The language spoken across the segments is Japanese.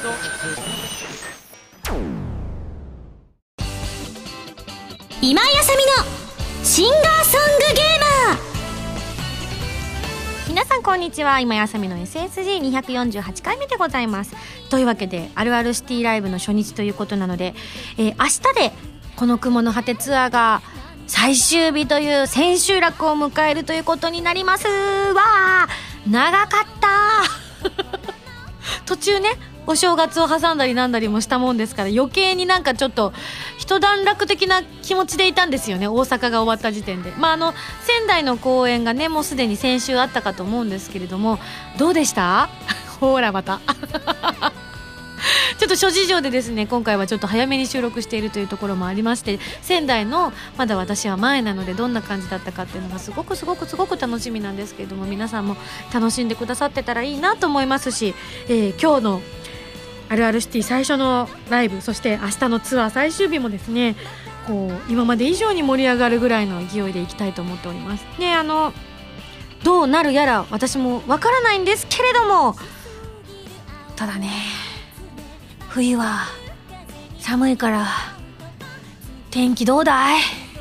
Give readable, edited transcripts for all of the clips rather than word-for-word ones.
今井あさみのシンガーソングゲーマー。皆さんこんにちは。今井あさみの SSG248 回目でございます。というわけであるあるシティライブの初日ということなので、明日でこの雲の果てツアーが最終日という千秋楽を迎えるということになります。わー長かった途中ねお正月を挟んだりなんだりもしたもんですから、余計になんかちょっと一段落的な気持ちでいたんですよね、大阪が終わった時点で。仙台の公演がねもうすでに先週あったかと思うんですけれども、どうでしたほらまたちょっと諸事情でですね、今回はちょっと早めに収録しているというところもありまして、仙台のまだ私は前なのでどんな感じだったかっていうのがすごく楽しみなんですけれども、皆さんも楽しんでくださってたらいいなと思いますし、今日のあるあるシティ最初のライブ、そして明日のツアー最終日もですね、こう今まで以上に盛り上がるぐらいの勢いでいきたいと思っております。でどうなるやら私もわからないんですけれども、ただね冬は寒いから天気どうだい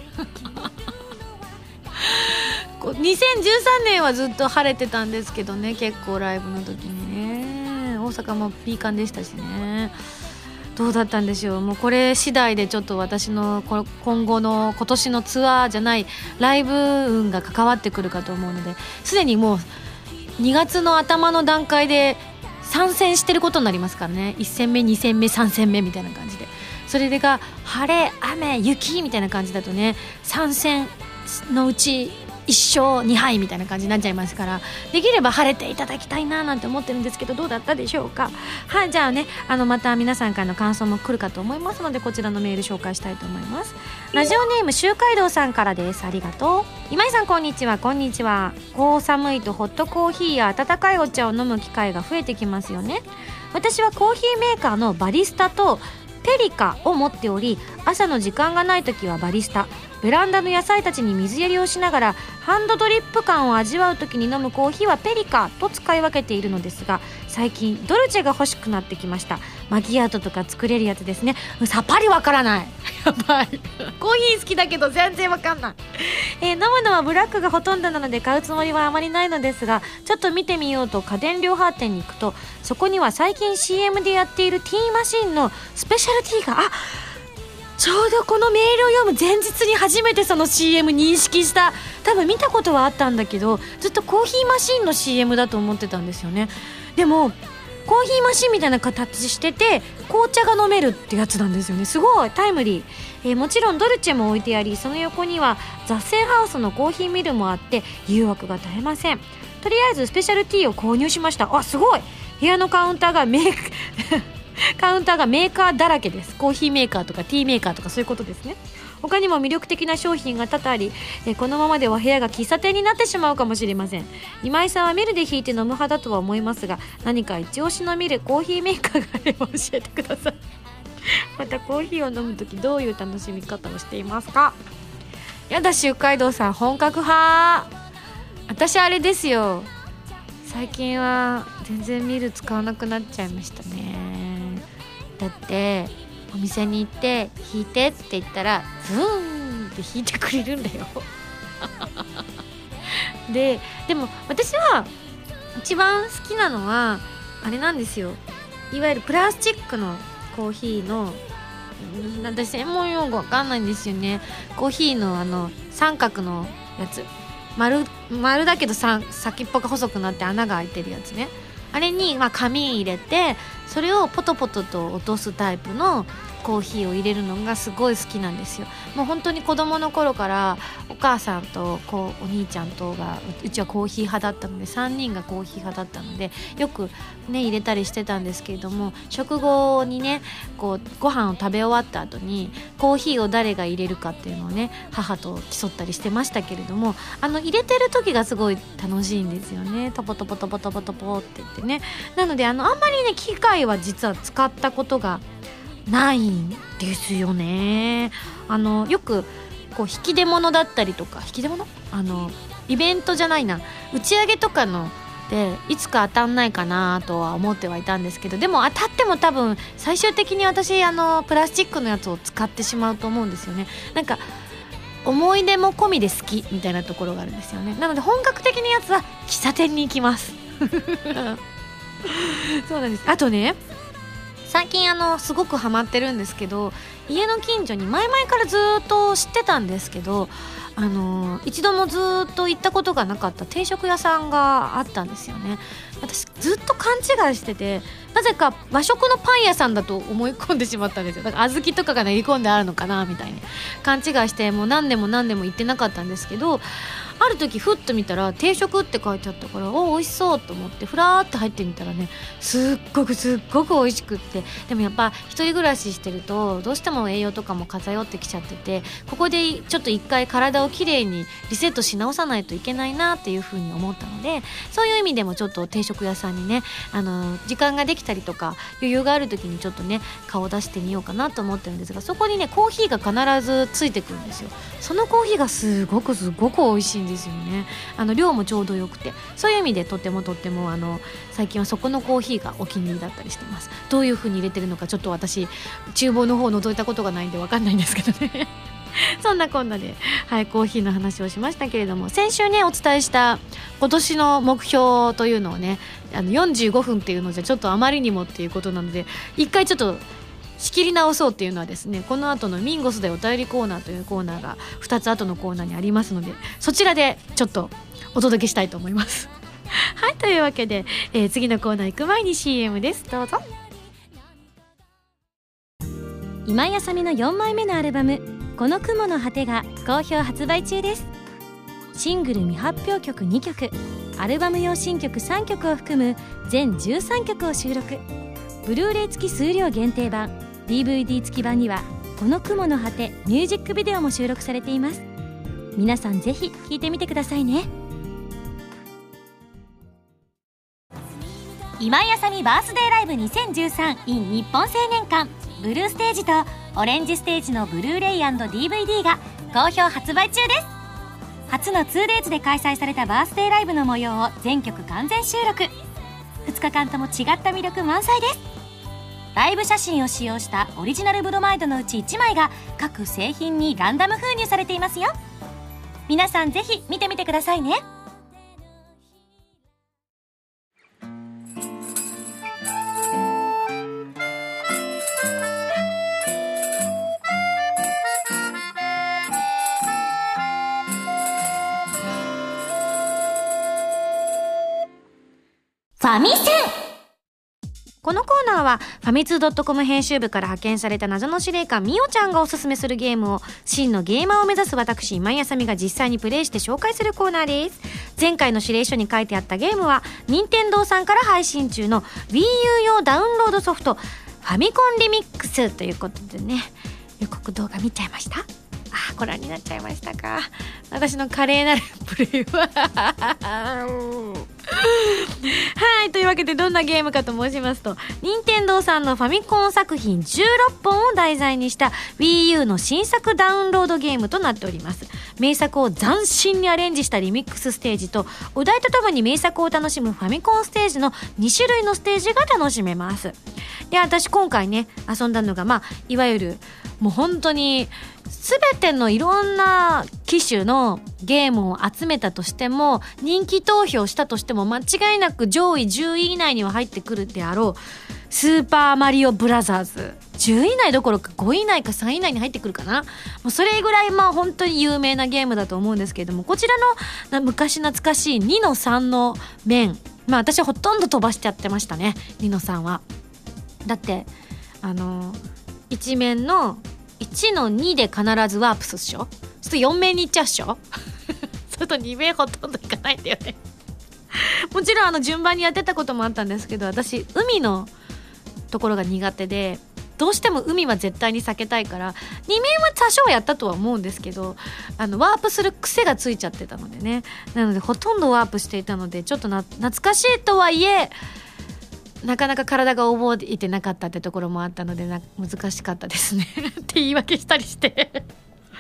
2013年はずっと晴れてたんですけどね、結構ライブの時にね大阪もピーカンでしたしね、どうだったんでしょう。もうこれ次第でちょっと私の今後の今年のツアーじゃないライブ運が関わってくるかと思うので、すでにもう2月の頭の段階で参戦してることになりますからね。1戦目2戦目3戦目みたいな感じで、それが晴れ雨雪みたいな感じだとね、3戦のうち1勝2敗みたいな感じになっちゃいますから、できれば晴れていただきたいななんて思ってるんですけど、どうだったでしょうか。はい、じゃあねまた皆さんからの感想も来るかと思いますので、こちらのメール紹介したいと思います。ラジオネーム周海道さんからです。ありがとう。今井さんこんにちは。こんにちは。こう寒いとホットコーヒーや温かいお茶を飲む機会が増えてきますよね。私はコーヒーメーカーのバリスタとペリカを持っており、朝の時間がない時はバリスタ、ベランダの野菜たちに水やりをしながらハンドドリップ感を味わう時に飲むコーヒーはペリカと使い分けているのですが、最近ドルチェが欲しくなってきました。マキアートとか作れるやつですね。さっぱりわからないやばいコーヒー好きだけど全然わかんない、飲むのはブラックがほとんどなので買うつもりはあまりないのですが、ちょっと見てみようと家電量販店に行くと、そこには最近 CM でやっているティーマシンのスペシャルティーがちょうどこのメールを読む前日に初めてその CM 認識した。多分見たことはあったんだけど、ずっとコーヒーマシンの CM だと思ってたんですよね。でもコーヒーマシンみたいな形してて紅茶が飲めるってやつなんですよね。すごいタイムリー。もちろんドルチェも置いてあり、その横には雑製ハウスのコーヒーミルもあって誘惑が絶えません。とりあえずスペシャルティーを購入しました。すごい。部屋のカウンターがメーカーだらけです。コーヒーメーカーとかティーメーカーとかそういうことですね。他にも魅力的な商品が多々あり、このままでは部屋が喫茶店になってしまうかもしれません。今井さんはミルで引いて飲む派だとは思いますが、何か一押しのミルコーヒーメーカーがあれば教えてくださいまたコーヒーを飲むときどういう楽しみ方をしていますか。やだ周海道さん本格派。私あれですよ、最近は全然ミル使わなくなっちゃいましたね。だってお店に行って引いてって言ったらズーンって引いてくれるんだよでも私は一番好きなのはあれなんですよ、いわゆるプラスチックのコーヒーの、私専門用語わかんないんですよね。コーヒーの三角のやつ、丸だけど先っぽが細くなって穴が開いてるやつね。あれに紙入れて、それをポトポトと落とすタイプのコーヒーを入れるのがすごい好きなんですよ。もう本当に子供の頃からお母さんとお兄ちゃんとが、うちはコーヒー派だったので3人がコーヒー派だったのでよくね入れたりしてたんですけれども、食後にねご飯を食べ終わった後にコーヒーを誰が入れるかっていうのをね母と競ったりしてましたけれども、入れてる時がすごい楽しいんですよね。トポトポトポトポトポって言ってね。なのであんまりね機械は実は使ったことがないんですよね。よく引き出物だったりとか、引き出物イベントじゃないな、打ち上げとかのでいつか当たんないかなとは思ってはいたんですけど、でも当たっても多分最終的に私プラスチックのやつを使ってしまうと思うんですよね。なんか思い出も込みで好きみたいなところがあるんですよね。なので本格的なやつは喫茶店に行きますそうなんです。あとね、最近すごくハマってるんですけど、家の近所に前々からずっと知ってたんですけど、一度もずっと行ったことがなかった定食屋さんがあったんですよね。私ずっと勘違いしてて、なぜか和食のパン屋さんだと思い込んでしまったんですよ。だから小豆とかが練り込んであるのかなみたいに勘違いして、もう何年も行ってなかったんですけど、ある時ふっと見たら定食って書いてあったから、美味しそうと思ってふらーって入ってみたらね、すっごく美味しくって、でもやっぱ一人暮らししてるとどうしても栄養とかも偏ってきちゃってて、ここでちょっと一回体をきれいにリセットし直さないといけないなっていうふうに思ったので、そういう意味でもちょっと定食屋さんにね、時間ができたりとか余裕がある時にちょっとね顔を出してみようかなと思ってるんですが、そこにねコーヒーが必ずついてくるんですよ。そのコーヒーがすごく美味しいんですよね。量もちょうどよくて、そういう意味でとっても最近はそこのコーヒーがお気に入りだったりしてます。どういう風に入れてるのかちょっと私厨房の方を覗いたことがないんで分かんないんですけどねそんなこんなで、はい、コーヒーの話をしましたけれども、先週ねお伝えした今年の目標というのをね、45分っていうのじゃちょっとあまりにもっていうことなので、一回ちょっと仕切り直そうっていうのはですね、この後のミンゴスでお便りコーナーというコーナーが2つ後のコーナーにありますので、そちらでちょっとお届けしたいと思いますはい、というわけで、次のコーナー行く前に CM です。どうぞ。 今井あさみの4枚目のアルバムこの雲の果てが好評発売中です。シングル未発表曲2曲、アルバム用新曲3曲を含む全13曲を収録。ブルーレイ付き数量限定版、 DVD 付き版にはこの雲の果てミュージックビデオも収録されています。皆さんぜひ聴いてみてくださいね。今井あさみバースデーライブ 2013in 日本青年館ブルーステージとオレンジステージのブルーレイ &DVD が好評発売中です。初の 2days で開催されたバースデーライブの模様を全曲完全収録。2日間とも違った魅力満載です。ライブ写真を使用したオリジナルブロマイドのうち1枚が各製品にランダム封入されていますよ。皆さんぜひ見てみてくださいね。ファミセン。 このコーナーはファミツー .com 編集部から派遣された謎の司令官みおちゃんがおすすめするゲームを真のゲーマーを目指す私今井あさみが実際にプレイして紹介するコーナーです。前回の指令書に書いてあったゲームは任天堂さんから配信中の Wii U 用ダウンロードソフトファミコンリミックスということでね、予告動画見ちゃいました。ご覧になっちゃいましたか。私の華麗なるプレイははい、というわけでどんなゲームかと申しますと、任天堂さんのファミコン作品16本を題材にした Wii U の新作ダウンロードゲームとなっております。名作を斬新にアレンジしたリミックスステージとお題とともに名作を楽しむファミコンステージの2種類のステージが楽しめます。で、私今回ね遊んだのがいわゆるもう本当に全てのいろんな機種のゲームを集めたとしても、人気投票したとしても間違いなく上位10位以内には入ってくるであろうスーパーマリオブラザーズ、10位以内どころか5位以内か3位以内に入ってくるかな。もうそれぐらい本当に有名なゲームだと思うんですけれども、こちらの昔懐かしい2の3の面、私はほとんど飛ばしちゃってましたね。2の3はだって一面の1の2で必ずワープするっしょ。ちょっと4面に行っちゃうっしょそれと2面ほとんどいかないんだよねもちろん順番にやってたこともあったんですけど、私海のところが苦手で、どうしても海は絶対に避けたいから2面は多少やったとは思うんですけど、ワープする癖がついちゃってたのでね、なのでほとんどワープしていたので、ちょっと懐かしいとはいえなかなか体が覚えてなかったってところもあったので難しかったですねって言い訳したりして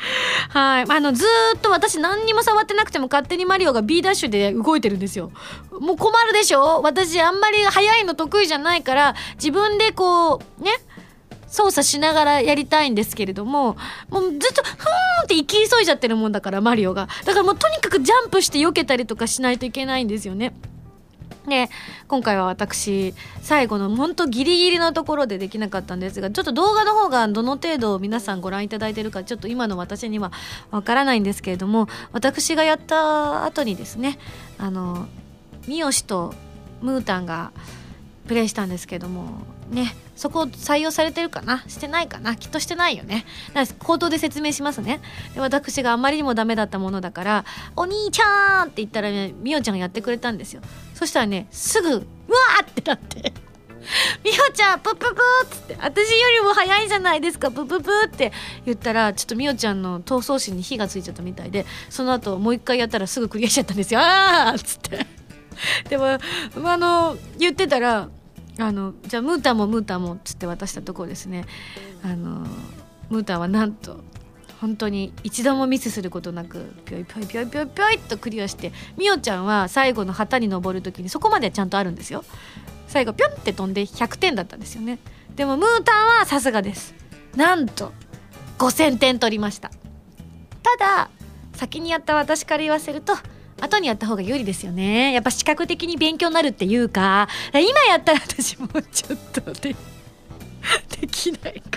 はい、ずーっと私何にも触ってなくても勝手にマリオが B ダッシュで動いてるんですよ。もう困るでしょ。私あんまり速いの得意じゃないから自分でこうね操作しながらやりたいんですけれども、もうずっとふーんって行き急いじゃってるもんだからマリオが。だからもうとにかくジャンプして避けたりとかしないといけないんですよね。で今回は私最後のほんとギリギリのところでできなかったんですが、ちょっと動画の方がどの程度皆さんご覧いただいてるかちょっと今の私にはわからないんですけれども、私がやった後にですねミヨシとムータンがプレイしたんですけどもね、そこ採用されてるかなしてないかな、きっとしてないよね。だから口頭で説明しますね。で私があまりにもダメだったものだからお兄ちゃんって言ったらね、ミヨちゃんがやってくれたんですよ。そしたらねすぐうわーってなってミヨちゃんプッププーっつって、私よりも早いじゃないですかプッププーって言ったら、ちょっとミヨちゃんの闘争心に火がついちゃったみたいで、その後もう一回やったらすぐクリアしちゃったんですよ。あーっつってでも言ってたらじゃあムータンもつって渡したところですね、ムータンはなんと本当に一度もミスすることなくぴょいぴょいぴょいぴょいぴょいっとクリアして、ミオちゃんは最後の旗に登るときにそこまでちゃんとあるんですよ。最後ぴょんって飛んで100点だったんですよね。でもムータンはさすがです。なんと5000点取りました。ただ先にやった私から言わせると後にやった方が有利ですよね。やっぱ視覚的に勉強になるっていうか、今やったら私もうちょっとできないか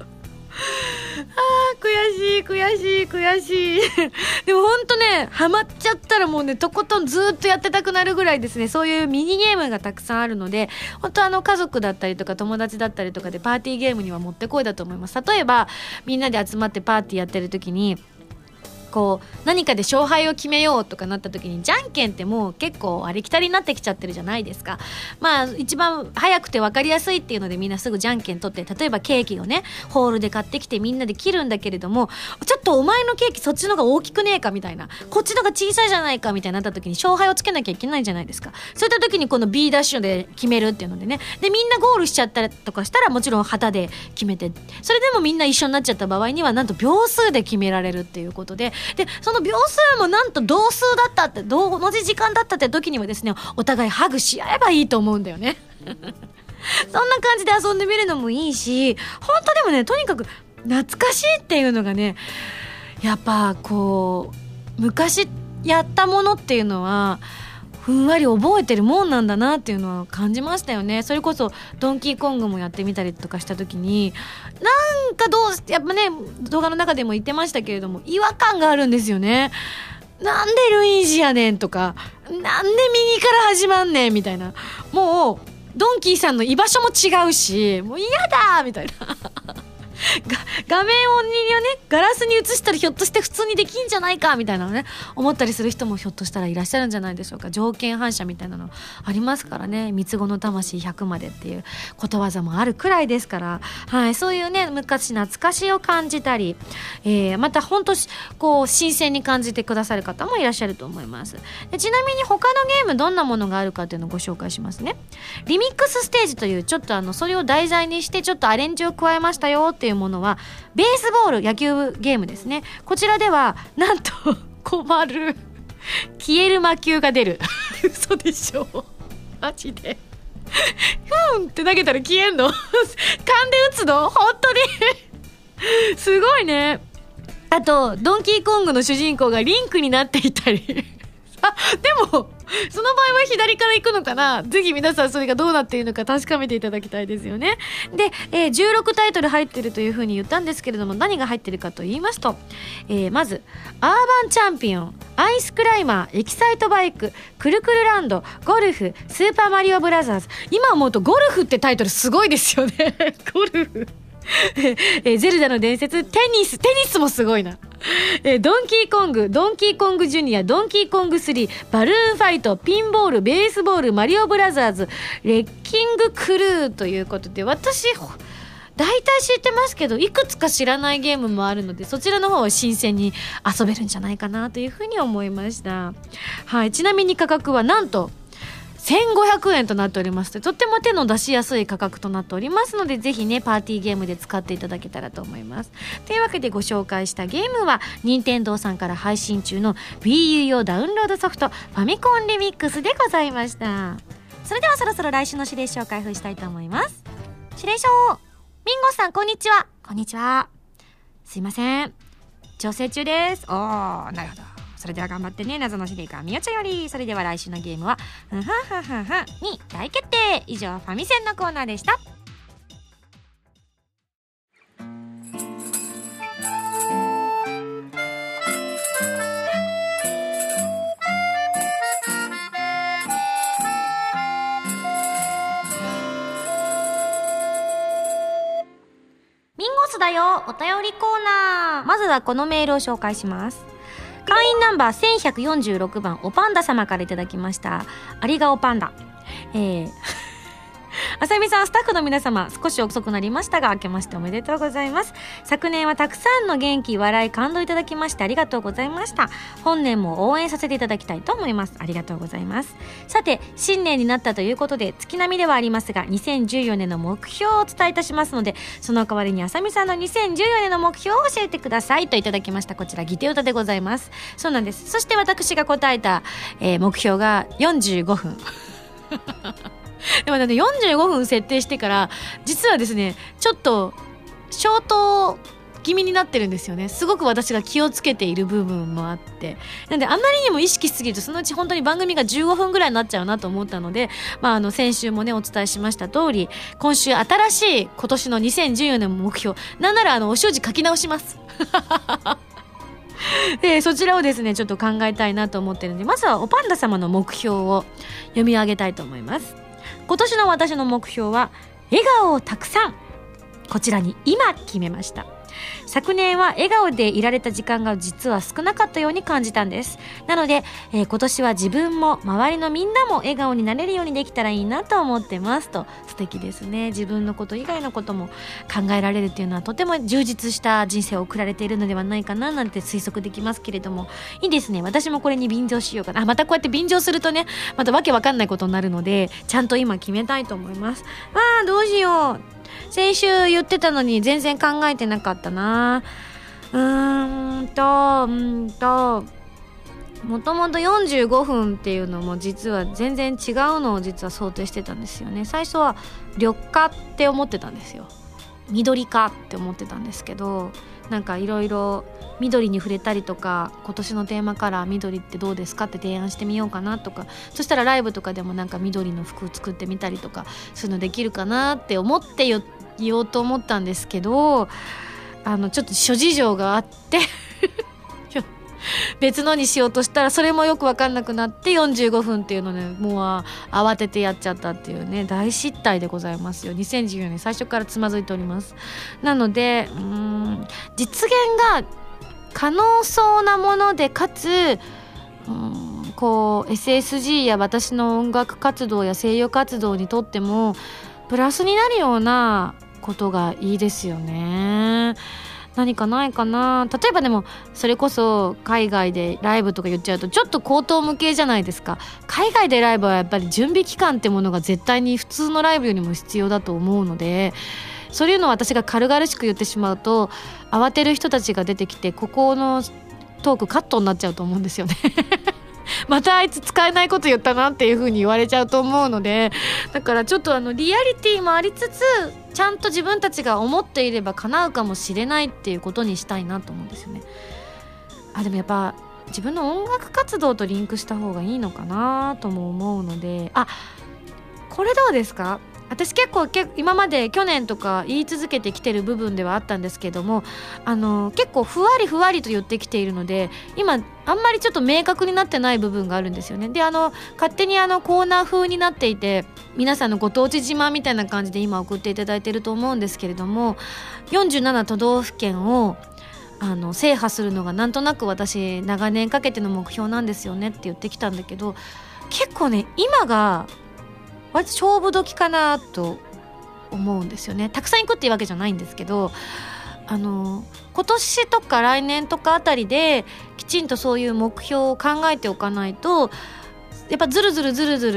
悔しいでもほんとねハマっちゃったらもうねとことんずっとやってたくなるぐらいですね。そういうミニゲームがたくさんあるので、本当家族だったりとか友達だったりとかでパーティーゲームにはもってこいだと思います。例えばみんなで集まってパーティーやってる時にこう何かで勝敗を決めようとかなった時に、じゃんけんってもう結構ありきたりになってきちゃってるじゃないですか。まあ一番早くて分かりやすいっていうのでみんなすぐじゃんけん取って、例えばケーキをねホールで買ってきてみんなで切るんだけれども、ちょっとお前のケーキそっちのが大きくねえかみたいな、こっちのが小さいじゃないかみたいになった時に勝敗をつけなきゃいけないじゃないですか。そういった時にこの B ダッシュで決めるっていうのでね、でみんなゴールしちゃったりとかしたらもちろん旗で決めて、それでもみんな一緒になっちゃった場合にはなんと秒数で決められるっていうことで、その秒数もなんと同数だったって、同じ時間だったって時にはですね、お互いハグし合えばいいと思うんだよねそんな感じで遊んでみるのもいいし、本当でもねとにかく懐かしいっていうのがね、やっぱこう昔やったものっていうのはふんわり覚えてるもんなんだなっていうのは感じましたよね。それこそドンキーコングもやってみたりとかした時になんかやっぱね動画の中でも言ってましたけれども違和感があるんですよね。なんでルイージやねんとか、なんで右から始まんねんみたいな、もうドンキーさんの居場所も違うしもう嫌だみたいな画面をねガラスに映したらひょっとして普通にできんじゃないかみたいなのね思ったりする人もひょっとしたらいらっしゃるんじゃないでしょうか。条件反射みたいなのありますからね。三つ子の魂100までっていうことわざもあるくらいですから、はい、そういうね昔懐かしを感じたり、また本当こう新鮮に感じてくださる方もいらっしゃると思います。でちなみに他のゲームどんなものがあるかっていうのをご紹介しますね。リミックスステージというちょっとそれを題材にしてちょっとアレンジを加えましたよっていうものはベースボール野球ゲームですね。こちらではなんと困る消える魔球が出る嘘でしょマジでふんって投げたら消えんの勘で打つの本当にすごいね。あとドンキーコングの主人公がリンクになっていたりあでもその場合は左から行くのかな。ぜひ皆さんそれがどうなっているのか確かめていただきたいですよね。で、16タイトル入ってるというふうに言ったんですけれども、何が入ってるかと言いますと、まずアーバンチャンピオン、アイスクライマー、エキサイトバイク、くるくるランド、ゴルフ、スーパーマリオブラザーズ。今思うとゴルフってタイトルすごいですよねゴルフゼルダの伝説、テニスもすごいな。ドンキーコング、ドンキーコングジュニア、ドンキーコング3、バルーンファイト、ピンボール、ベースボール、マリオブラザーズ、レッキングクルーということで、私大体知ってますけどいくつか知らないゲームもあるので、そちらの方は新鮮に遊べるんじゃないかなというふうに思いました。はい、ちなみに価格はなんと 1500円となっております。とっても手の出しやすい価格となっておりますので、ぜひねパーティーゲームで使っていただけたらと思います。というわけでご紹介したゲームは任天堂さんから配信中の Wii U 用ダウンロードソフトファミコンリミックスでございました。それではそろそろ来週の指令書を開封したいと思います。指令書、ミンゴさんこんにちは。こんにちは。すいません、調整中です。なるほど。それでは頑張ってね。謎の司令官みよちゃんより。それでは来週のゲームはに大決定。以上ファミセンのコーナーでした。ミンゴスだよお便りコーナー。まずはこのメールを紹介します。会員ナンバー1146番おパンダ様からいただきました。ありがおパンダ。あさみさん、スタッフの皆様、少し遅くなりましたが明けましておめでとうございます。昨年はたくさんの元気、笑い、感動いただきましてありがとうございました。本年も応援させていただきたいと思います。ありがとうございます。さて、新年になったということで月並みではありますが2014年の目標をお伝えいたしますので、その代わりにあさみさんの2014年の目標を教えてくださいといただきました。こちらギテ歌でございます。そうなんです。そして私が答えた、目標が45分でもね、45分設定してから実はですねちょっとショート気味になってるんですよね。すごく私が気をつけている部分もあって、なんであまりにも意識しすぎるとそのうち本当に番組が15分ぐらいになっちゃうなと思ったので、先週もねお伝えしました通り、今週新しい今年の2014年の目標、なんならお習字書き直しますでそちらをですねちょっと考えたいなと思ってるので、まずはおパンダ様の目標を読み上げたいと思います。今年の私の目標は笑顔をたくさん。こちらに今決めました。昨年は笑顔でいられた時間が実は少なかったように感じたんです。なので、今年は自分も周りのみんなも笑顔になれるようにできたらいいなと思ってますと。素敵ですね。自分のこと以外のことも考えられるっていうのはとても充実した人生を送られているのではないかななんて推測できますけれども、いいですね。私もこれに便乗しようかな。またこうやって便乗するとねまたわけわかんないことになるので、ちゃんと今決めたいと思います。どうしよう。先週言ってたのに全然考えてなかったな。もともと45分っていうのも実は全然違うのを実は想定してたんですよね。最初は緑化って思ってたんですよ。緑化って思ってたんですけど、なんかいろいろ緑に触れたりとか、今年のテーマカラー緑ってどうですかって提案してみようかなとか、そしたらライブとかでもなんか緑の服作ってみたりとかそういうのできるかなって思って言おうと思ったんですけど、ちょっと諸事情があって別のにしようとしたらそれもよく分かんなくなって45分っていうのね、もう慌ててやっちゃったっていうね、大失態でございますよ。2014年最初からつまずいております。なので実現が可能そうなもので、かつこう SSG や私の音楽活動や声優活動にとってもプラスになるようなことがいいですよね。何かないかな。例えばでもそれこそ海外でライブとか言っちゃうとちょっと口頭無形じゃないですか。海外でライブはやっぱり準備期間ってものが絶対に普通のライブよりも必要だと思うので、そういうのを私が軽々しく言ってしまうと慌てる人たちが出てきて、ここのトークカットになっちゃうと思うんですよねまたあいつ使えないこと言ったなっていう風に言われちゃうと思うので、だからちょっとリアリティもありつつちゃんと自分たちが思っていれば叶うかもしれないっていうことにしたいなと思うんですよね。でもやっぱ自分の音楽活動とリンクした方がいいのかなとも思うので、これどうですか。私結構今まで去年とか言い続けてきてる部分ではあったんですけども、結構ふわりふわりと言ってきているので、今あんまりちょっと明確になってない部分があるんですよね。で勝手にコーナー風になっていて、皆さんのご当地自慢みたいな感じで今送っていただいてると思うんですけれども、47都道府県を制覇するのがなんとなく私長年かけての目標なんですよねって言ってきたんだけど、結構ね今が割と勝負時かなと思うんですよね。たくさん行くっていうわけじゃないんですけど、今年とか来年とかあたりできちんとそういう目標を考えておかないと、やっぱずるずる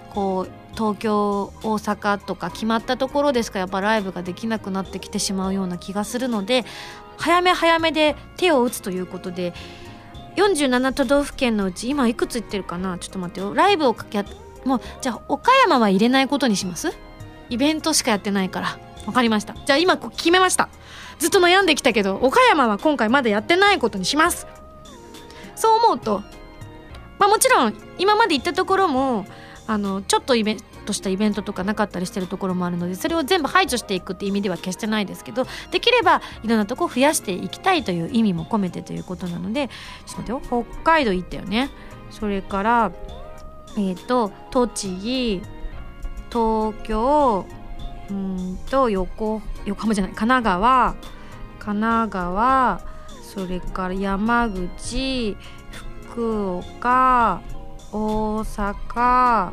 こう東京大阪とか決まったところでしかやっぱライブができなくなってきてしまうような気がするので、早め早めで手を打つということで、47都道府県のうち今いくつ行ってるかな、ちょっと待ってよ。ライブをもうじゃあ岡山は入れないことにします。イベントしかやってないから。わかりました。じゃあ今決めました。ずっと悩んできたけど岡山は今回まだやってないことにします。そう思うと、もちろん今まで行ったところもちょっとイベントしたイベントとかなかったりしてるところもあるので、それを全部排除していくって意味では決してないですけど、できればいろんなとこを増やしていきたいという意味も込めてということなので、ちょっと待ってよ。北海道行ったよね。それから栃木、東京、横浜じゃない、神奈川、それから山口、福岡、大阪、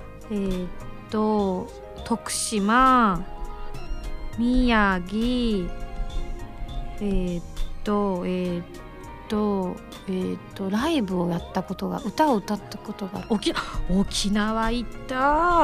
徳島、宮城、ライブをやったことが、歌を歌ったことが、沖縄行った。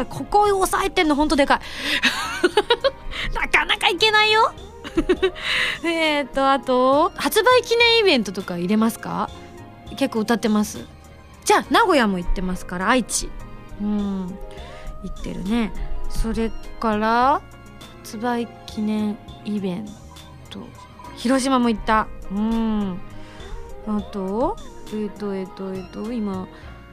ここを抑えてんのほんとでかいなかなか行けないよあと発売記念イベントとか入れますか？結構歌ってます。じゃあ名古屋も行ってますから、愛知行ってるね。それから発売記念イベント広島も行った。あと今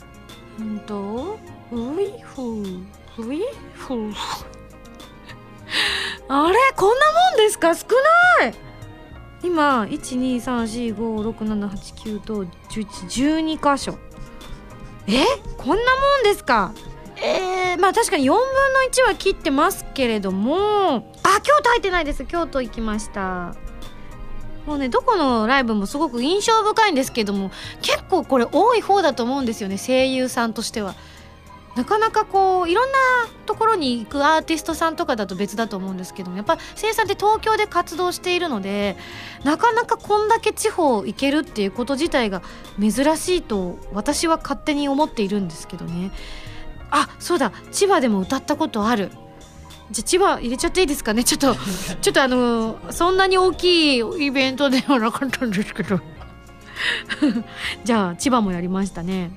あれこんなもんですか？少ない。今 1,2,3,4,5,6,7,8,9 と11,12 箇所。こんなもんですか？確かに4分の1は切ってますけれども、京都入ってないです。京都行きました。もうね、どこのライブもすごく印象深いんですけども、結構これ多い方だと思うんですよね、声優さんとしては。なかなかこういろんなところに行くアーティストさんとかだと別だと思うんですけども、やっぱ声優さんって東京で活動しているので、なかなかこんだけ地方行けるっていうこと自体が珍しいと私は勝手に思っているんですけどね。そうだ、千葉でも歌ったことある。じゃあ千葉入れちゃっていいですかね。ちょっとそんなに大きいイベントではなかったんですけどじゃあ千葉もやりましたね。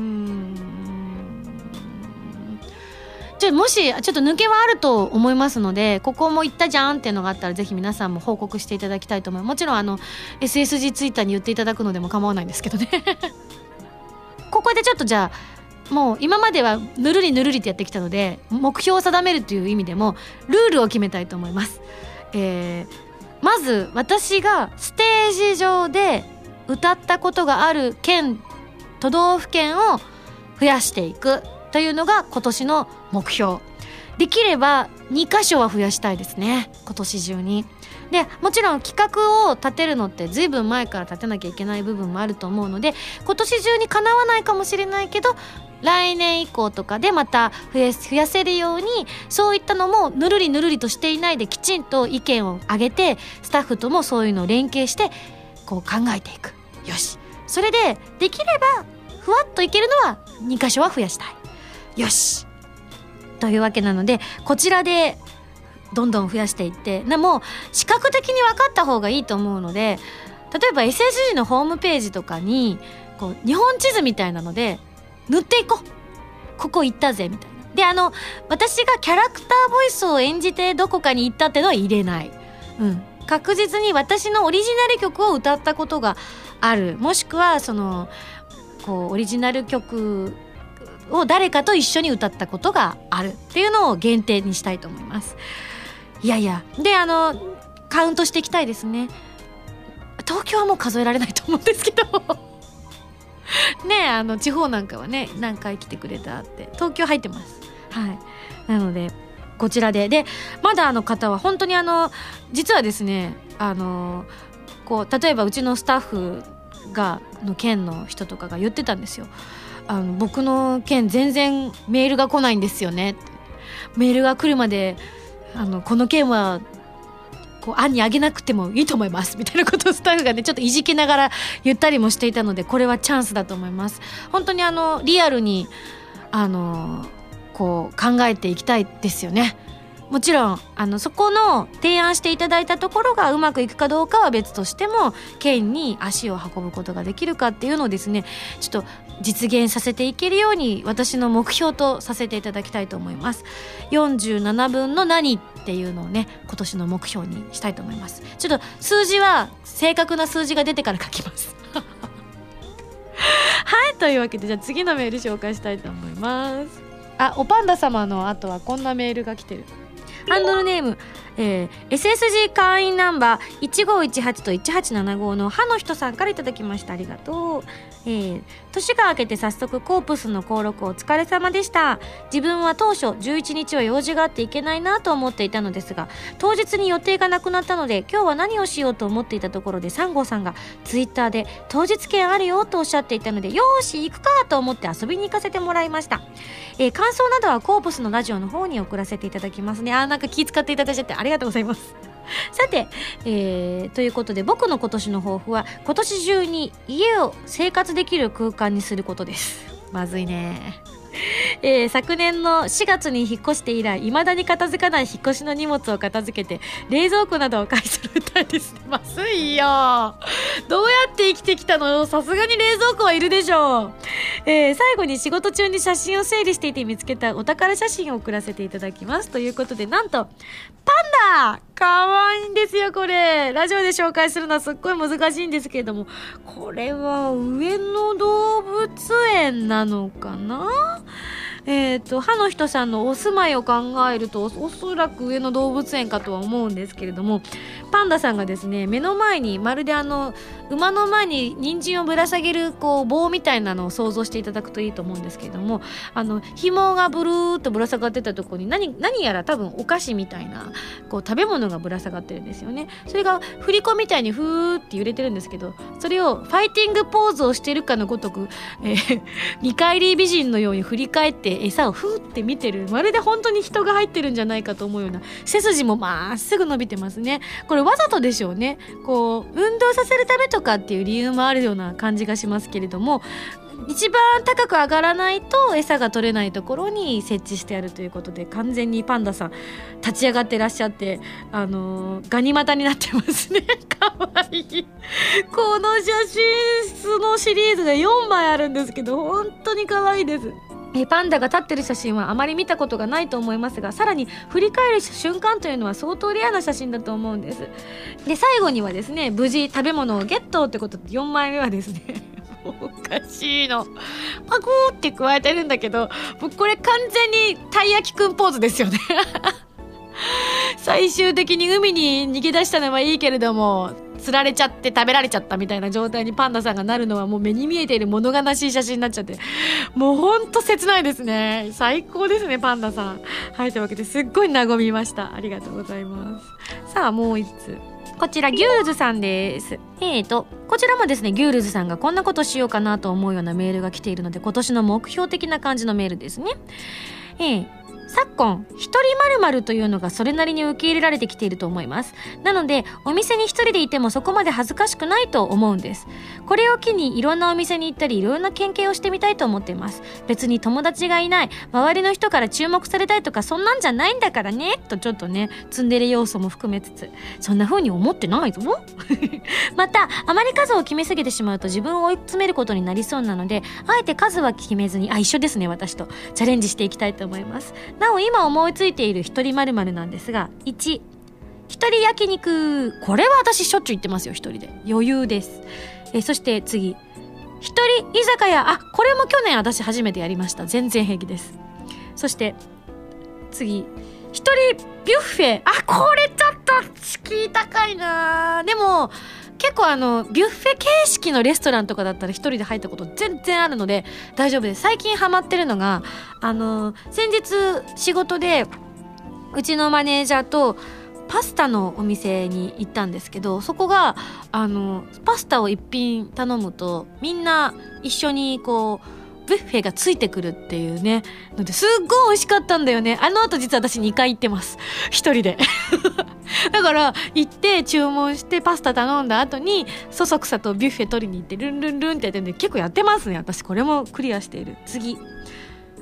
もしちょっと抜けはあると思いますので、ここも行ったじゃんっていうのがあったらぜひ皆さんも報告していただきたいと思います。もちろんSSG ツイッターに言っていただくのでも構わないんですけどねここでちょっとじゃあもう今まではぬるりぬるりとやってきたので、目標を定めるという意味でもルールを決めたいと思います。まず私がステージ上で歌ったことがある都道府県を増やしていくというのが今年の目標。できれば2カ所は増やしたいですね、今年中に。でもちろん企画を立てるのってずいぶん前から立てなきゃいけない部分もあると思うので、今年中に叶わないかもしれないけど来年以降とかでまた増やせるように、そういったのもぬるりぬるりとしていないできちんと意見を上げて、スタッフともそういうのを連携してこう考えていく。よし、それでできればふわっといけるのは2カ所は増やしたい。よしというわけなので、こちらでどんどん増やしていって、もう視覚的に分かった方がいいと思うので、例えば SSG のホームページとかにこう日本地図みたいなので塗っていこう。ここ行ったぜみたいな。で私がキャラクターボイスを演じてどこかに行ったってのは入れない。確実に私のオリジナル曲を歌ったことがある、もしくはこうオリジナル曲を誰かと一緒に歌ったことがあるっていうのを限定にしたいと思います。でカウントしていきたいですね。東京はもう数えられないと思うんですけどね、地方なんかはね、何回来てくれたって東京入ってます。なのでこちらでまだ方は本当に実はですね、こう例えばうちのスタッフの県の人とかが言ってたんですよ。僕の県全然メールが来ないんですよねって。メールが来るまでこの県はこう案にあげなくてもいいと思いますみたいなことをスタッフがねちょっといじけながら言ったりもしていたので、これはチャンスだと思います。本当にリアルにこう考えていきたいですよね。もちろんそこの提案していただいたところがうまくいくかどうかは別としても、県に足を運ぶことができるかっていうのをですね、ちょっと実現させていけるように私の目標とさせていただきたいと思います。47分の何っていうのをね、今年の目標にしたいと思います。ちょっと数字は正確な数字が出てから書きますはい、というわけでじゃあ次のメール紹介したいと思います。おパンダ様の後はこんなメールが来てる。ハンドルネーム、SSG 会員ナンバー1518と1875の歯の人さんからいただきました。ありがとう。年が明けて早速コープスの登録お疲れ様でした。自分は当初11日は用事があっていけないなと思っていたのですが、当日に予定がなくなったので今日は何をしようと思っていたところで、3号さんがツイッターで当日券あるよとおっしゃっていたので、よーし行くかと思って遊びに行かせてもらいました。感想などはコープスのラジオの方に送らせていただきますね。なんか気遣っていただいちゃってありがとうございます。さて、ということで僕の今年の抱負は今年中に家を生活できる空間にすることです。まずいね。昨年の4月に引っ越して以来未だに片付かない引っ越しの荷物を片付けて冷蔵庫などを買い揃えたいですね。まずいよ。どうやって生きてきたの？さすがに冷蔵庫はいるでしょう。最後に仕事中に写真を整理していて見つけたお宝写真を送らせていただきますということで、なんとパンダかわいいんですよ。これラジオで紹介するのはすっごい難しいんですけれども、これは上野動物園なのかな。歯の人さんのお住まいを考えるとおそらく上野動物園かとは思うんですけれども、パンダさんがですね、目の前にまるで馬の前に人参をぶら下げるこう棒みたいなのを想像していただくといいと思うんですけれども、紐がブルーっとぶら下がってたところに何やら多分お菓子みたいなこう食べ物がぶら下がってるんですよね。それが振り子みたいにふーって揺れてるんですけど、それをファイティングポーズをしているかのごとく、見返り美人のように振り返って餌をふーって見てる、まるで本当に人が入ってるんじゃないかと思うような、背筋もまっすぐ伸びてますね。これわざとでしょうね。こう運動させるためとかっていう理由もあるような感じがしますけれども、一番高く上がらないと餌が取れないところに設置してあるということで、完全にパンダさん立ち上がってらっしゃって、ガニ股になってますね。かわいい。この写真のシリーズで4枚あるんですけど、本当にかわいいです。パンダが立ってる写真はあまり見たことがないと思いますが、さらに振り返る瞬間というのは相当レアな写真だと思うんです。で最後にはですね、無事食べ物をゲットってことで、4枚目はですねおかしいのパコーって加えてるんだけど、僕これ完全にたい焼きくんポーズですよね最終的に海に逃げ出したのはいいけれども、釣られちゃって食べられちゃったみたいな状態にパンダさんがなるのはもう目に見えている物悲しい写真になっちゃって、もうほんと切ないですね。最高ですねパンダさん。はい、というわけですっごい和みました。ありがとうございます。さあもう一つ、こちらギュールズさんです。こちらもですね、ギュールズさんがこんなことしようかなと思うようなメールが来ているので、今年の目標的な感じのメールですね。昨今一人〇〇というのがそれなりに受け入れられてきていると思います。なのでお店に一人でいてもそこまで恥ずかしくないと思うんです。これを機にいろんなお店に行ったりいろんな経験をしてみたいと思っています。別に友達がいない、周りの人から注目されたいとかそんなんじゃないんだからねと、ちょっとねツンデレ要素も含めつつ、そんな風に思ってないぞまたあまり数を決めすぎてしまうと自分を追い詰めることになりそうなので、あえて数は決めずに、一緒ですね、私とチャレンジしていきたいと思います。なお今思いついている一人〇〇なんですが、1、一人焼肉。これは私しょっちゅう行ってますよ、一人で余裕です。そして次、一人居酒屋。これも去年私初めてやりました。全然平気です。そして次、一人ビュッフェ。これちょっと敷居高いな。でも結構ビュッフェ形式のレストランとかだったら一人で入ったこと全然あるので大丈夫です。最近ハマってるのが先日仕事でうちのマネージャーとパスタのお店に行ったんですけど、そこがパスタを一品頼むとみんな一緒にこうブッフェがついてくるっていうねのですっごい美味しかったんだよね。後実は私2回行ってます、一人でだから行って注文してパスタ頼んだ後にそそくさとビュッフェ取りに行ってルンルンルンってやってるんで、結構やってますね私。これもクリアしている。次、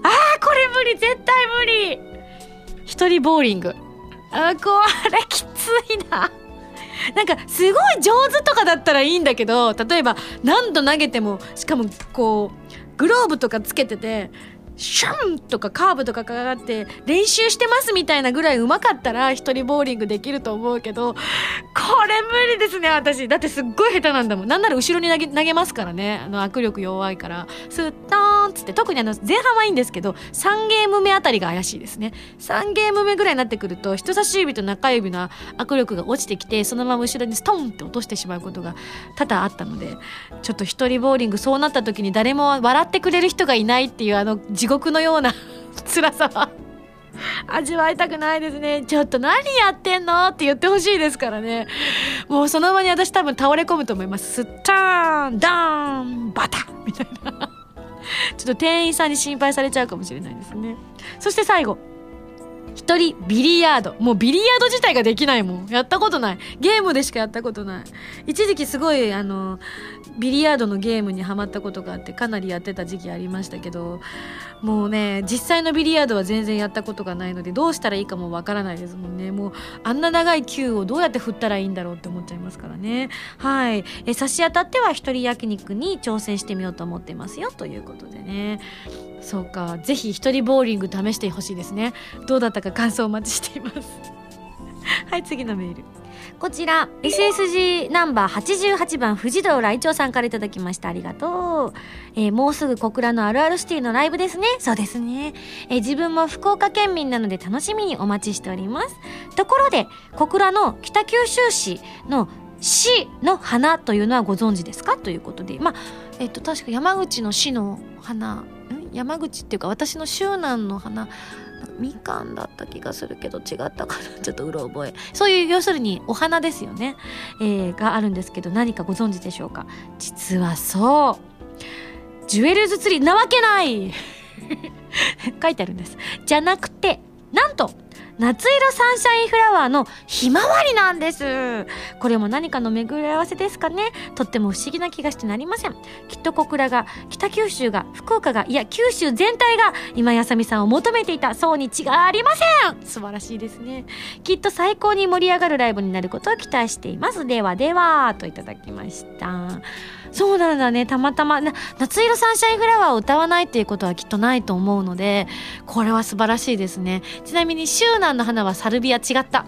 これ無理、絶対無理。一人ボーリング、これきついな。なんかすごい上手とかだったらいいんだけど、例えば何度投げても、しかもこうグローブとかつけててシュンとかカーブとかかかって練習してますみたいなぐらい上手かったら一人ボーリングできると思うけど、これ無理ですね私。だってすっごい下手なんだもん。なんなら後ろに投げますからね。握力弱いからスッターンっつって。特に前半はいいんですけど、3ゲーム目あたりが怪しいですね。3ゲーム目ぐらいになってくると人差し指と中指の握力が落ちてきて、そのまま後ろにストンって落としてしまうことが多々あったので、ちょっと一人ボーリングそうなった時に誰も笑ってくれる人がいないっていう地獄のような辛さは味わいたくないですね。ちょっと何やってんのって言ってほしいですからね。もうその場に私多分倒れ込むと思います。スッターンダーンバタッみたいなちょっと店員さんに心配されちゃうかもしれないですね。そして最後、一人ビリヤード。もうビリヤード自体ができないもん。やったことない。ゲームでしかやったことない。一時期すごいビリヤードのゲームにハマったことがあって、かなりやってた時期ありましたけど、もうね、実際のビリヤードは全然やったことがないので、どうしたらいいかもわからないですもんね。もうあんな長い球をどうやって振ったらいいんだろうって思っちゃいますからね。はい。差し当たっては一人焼肉に挑戦してみようと思ってますよということでね。そうか、ぜひ一人ボーリング試してほしいですね。どうだったか感想お待ちしていますはい、次のメール。こちら SSG ナンバー88番藤堂来長さんからいただきました。ありがとう。もうすぐ小倉のあるあるシティのライブですね。そうですね。自分も福岡県民なので楽しみにお待ちしております。ところで小倉の北九州市の市の花というのはご存知ですかということで、確か山口の市の花、山口っていうか私の周南の花、みかんだった気がするけど違ったかな、ちょっとうろ覚え。そういう要するにお花ですよね、があるんですけど、何かご存知でしょうか。実はそうジュエルズツリーなわけない書いてあるんです。じゃなくて、なんと夏色サンシャインフラワーのひまわりなんです。これも何かの巡り合わせですかね。とっても不思議な気がしてなりません。きっと小倉が、北九州が、福岡が、いや九州全体が今井あさみさんを求めていたそうに違いありません。素晴らしいですね。きっと最高に盛り上がるライブになることを期待しています。ではではといただきました。そうなんだね。たまたま夏色サンシャインフラワーを歌わないっていうことはきっとないと思うので、これは素晴らしいですね。ちなみに周南の花はサルビア違った。だ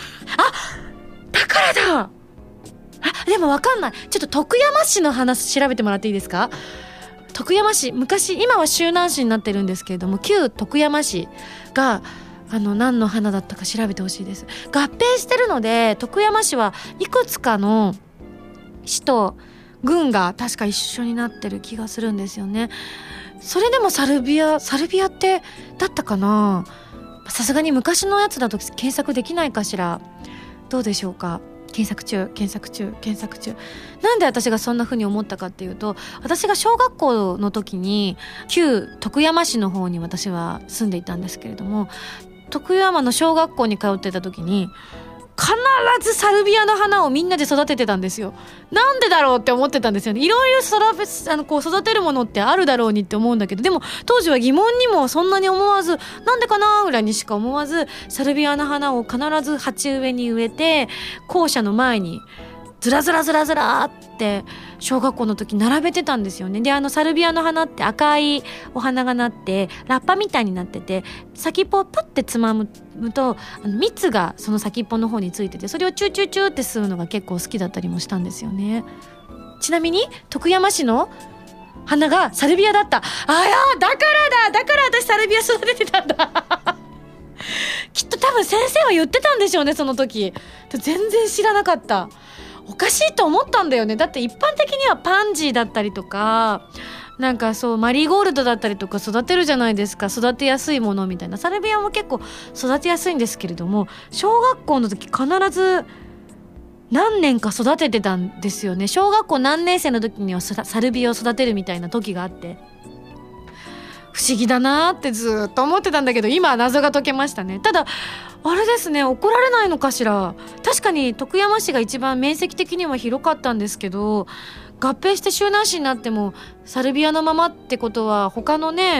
からだ。でもわかんない。ちょっと徳山市の花調べてもらっていいですか。徳山市、昔、今は周南市になってるんですけれども、旧徳山市が何の花だったか調べてほしいです。合併してるので、徳山市はいくつかの市と軍が確か一緒になってる気がするんですよね。それでもサルビアってだったかな。さすがに昔のやつだと検索できないかしら。どうでしょうか。検索中。なんで私がそんな風に思ったかっていうと、私が小学校の時に旧徳山市の方に私は住んでいたんですけれども、徳山の小学校に通ってた時に必ずサルビアの花をみんなで育ててたんですよ。なんでだろうって思ってたんですよね。いろいろ育てるものってあるだろうにって思うんだけど、でも当時は疑問にもそんなに思わず、なんでかなぐらいにしか思わず、サルビアの花を必ず鉢植えに植えて、校舎の前にずらって小学校の時並べてたんですよね。で、サルビアの花って赤いお花がなってラッパみたいになってて、先っぽをプッてつまむと蜜がその先っぽの方についてて、それをチューチューチューって吸うのが結構好きだったりもしたんですよね。ちなみに徳山市の花がサルビアだった。だから私サルビア育ててたんだきっと多分先生は言ってたんでしょうね、その時。全然知らなかった。おかしいと思ったんだよね。だって一般的にはパンジーだったりとか、なんかそうマリーゴールドだったりとか育てるじゃないですか。育てやすいものみたいな。サルビアも結構育てやすいんですけれども、小学校の時必ず何年か育ててたんですよね。小学校何年生の時にはサルビアを育てるみたいな時があって、不思議だなってずっと思ってたんだけど、今は謎が解けましたね。ただあれですね、怒られないのかしら。確かに徳山市が一番面積的には広かったんですけど、合併して周南市になってもサルビアのままってことは、他のね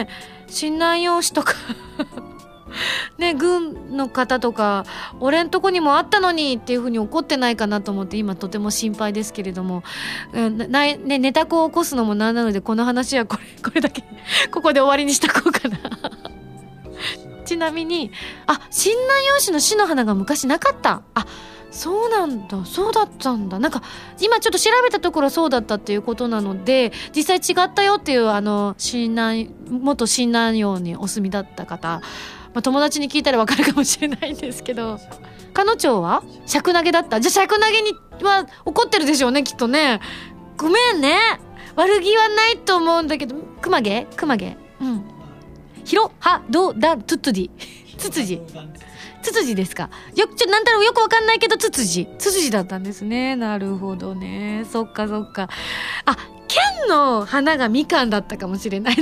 親鸞養子とかね、軍の方とか俺んとこにもあったのにっていう風に怒ってないかなと思って今とても心配ですけれども、ね、ネタ子を起こすのもなんなのでこの話はこれだけここで終わりにしとこうかなちなみに親鸞養子の死の花が昔なかった。そうなんだ、そうだったんだ。なんか今ちょっと調べたところそうだったっていうことなので、実際違ったよっていう元親鸞養にお住みだった方、友達に聞いたら分かるかもしれないんですけど、彼女は尺投げだった。じゃあ尺投げには怒ってるでしょうね、きっとね。ごめんね、悪気はないと思うんだけど。くまげひろはどだつつじですか。なんだろう、よくわかんないけどつつじだったんですね。なるほどね、そっか剣の花がみかんだったかもしれない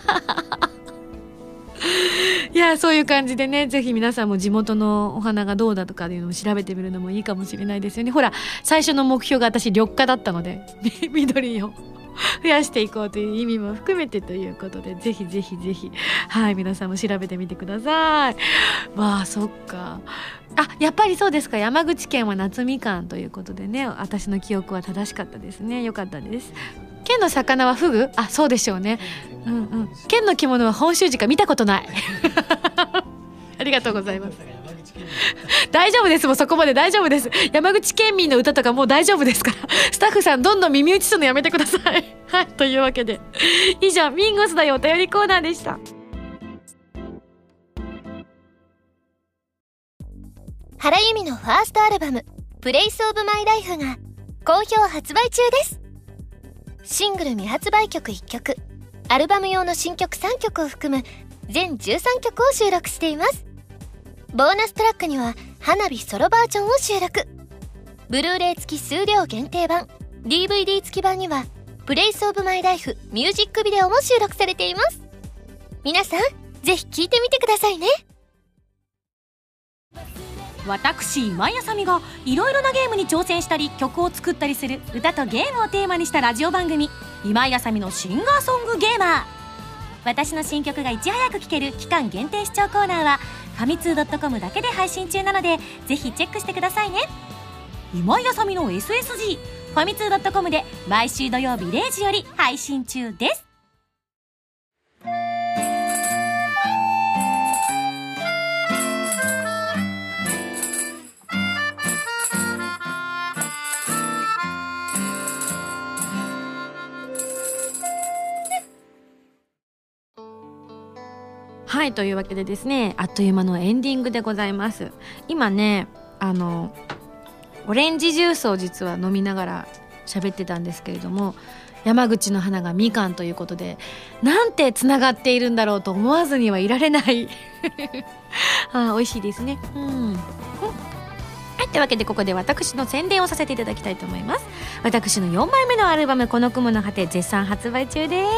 ないや、そういう感じでね、ぜひ皆さんも地元のお花がどうだとかいうのを調べてみるのもいいかもしれないですよね。ほら、最初の目標が私緑化だったので緑を増やしていこうという意味も含めてということで、ぜひぜひぜひ、はい、皆さんも調べてみてください。そっか。やっぱりそうですか。山口県は夏みかんということでね、私の記憶は正しかったですね。よかったです。県の魚はフグ？そうでしょうね。県の着物は本州鹿見たことないありがとうございます。大丈夫です、もうそこまで大丈夫です。山口県民の歌とかもう大丈夫ですからスタッフさんどんどん耳打ちするのやめてくださいはい、というわけで以上、ミンゴスだよお便りコーナーでした。 原由美のファーストアルバムプレイスオブマイライフが好評発売中です。シングル未発売曲1曲、アルバム用の新曲3曲を含む全13曲を収録しています。ボーナストラックには花火ソロバージョンを収録。ブルーレイ付き数量限定版、 DVD 付き版にはプレイスオブマイライフミュージックビデオも収録されています。皆さんぜひ聴いてみてくださいね。私今井あさみがいろいろなゲームに挑戦したり曲を作ったりする歌とゲームをテーマにしたラジオ番組、今井あさみのシンガーソングゲーマー。私の新曲がいち早く聴ける期間限定視聴コーナーはファミツー .com だけで配信中なので、ぜひチェックしてくださいね。今井あさみの SSG ファミツー .com で毎週土曜日0時より配信中です。 はい、というわけでですね、あっという間のエンディングでございます。今ね、オレンジジュースを実は飲みながら喋ってたんですけれども、山口の花がみかんということで、なんてつながっているんだろうと思わずにはいられない美味しいですね。はい、というわけでここで私の宣伝をさせていただきたいと思います。私の4枚目のアルバムこの雲の果て絶賛発売中です。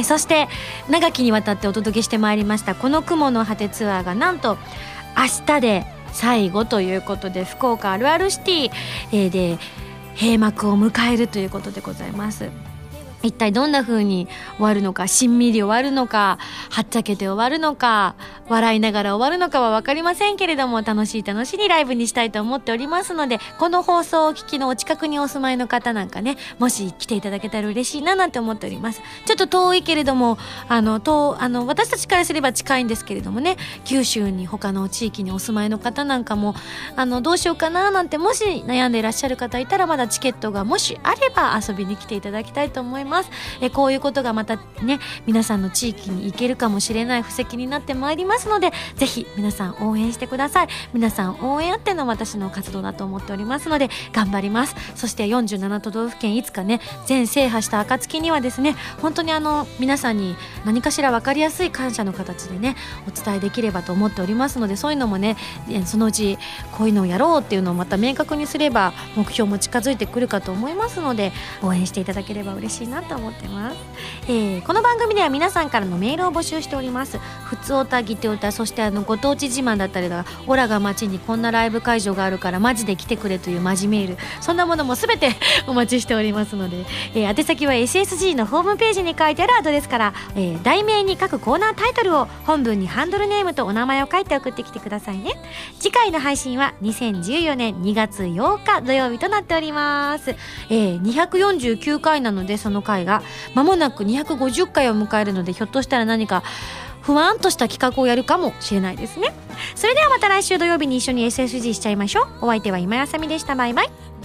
そして長きにわたってお届けしてまいりましたこの雲の果てツアーがなんと明日で最後ということで、福岡あるあるシティ、で閉幕を迎えるということでございます。一体どんな風に終わるのか、しんみり終わるのか、はっちゃけて終わるのか、笑いながら終わるのかは分かりませんけれども、楽しいにライブにしたいと思っておりますので、この放送をお聞きのお近くにお住まいの方なんかね、もし来ていただけたら嬉しいななんて思っております。ちょっと遠いけれども私たちからすれば近いんですけれどもね、九州に他の地域にお住まいの方なんかもどうしようかななんてもし悩んでいらっしゃる方いたら、まだチケットがもしあれば遊びに来ていただきたいと思います。こういうことがまたね、皆さんの地域に行けるかもしれない布石になってまいりますので、ぜひ皆さん応援してください。皆さん応援あっての私の活動だと思っておりますので頑張ります。そして47都道府県いつかね全制覇した暁にはですね、本当に皆さんに何かしら分かりやすい感謝の形でねお伝えできればと思っておりますので、そういうのもねそのうちこういうのをやろうっていうのをまた明確にすれば目標も近づいてくるかと思いますので、応援していただければ嬉しいななと思ってます。この番組では皆さんからのメールを募集しております。ふつおた、ぎておた、そしてご当地自慢だったりだ、オラが街にこんなライブ会場があるからマジで来てくれというマジメール、そんなものもすべてお待ちしておりますので、宛先は SSG のホームページに書いてあるアドレスから、題名に各コーナータイトルを、本文にハンドルネームとお名前を書いて送ってきてくださいね。次回の配信は2014年2月8日土曜日となっております。249回なので、その回が間もなく250回を迎えるので、ひょっとしたら何かふわんとした企画をやるかもしれないですね。それではまた来週土曜日に一緒に SSG しちゃいましょう。お相手は今やさみでした。バイバイ。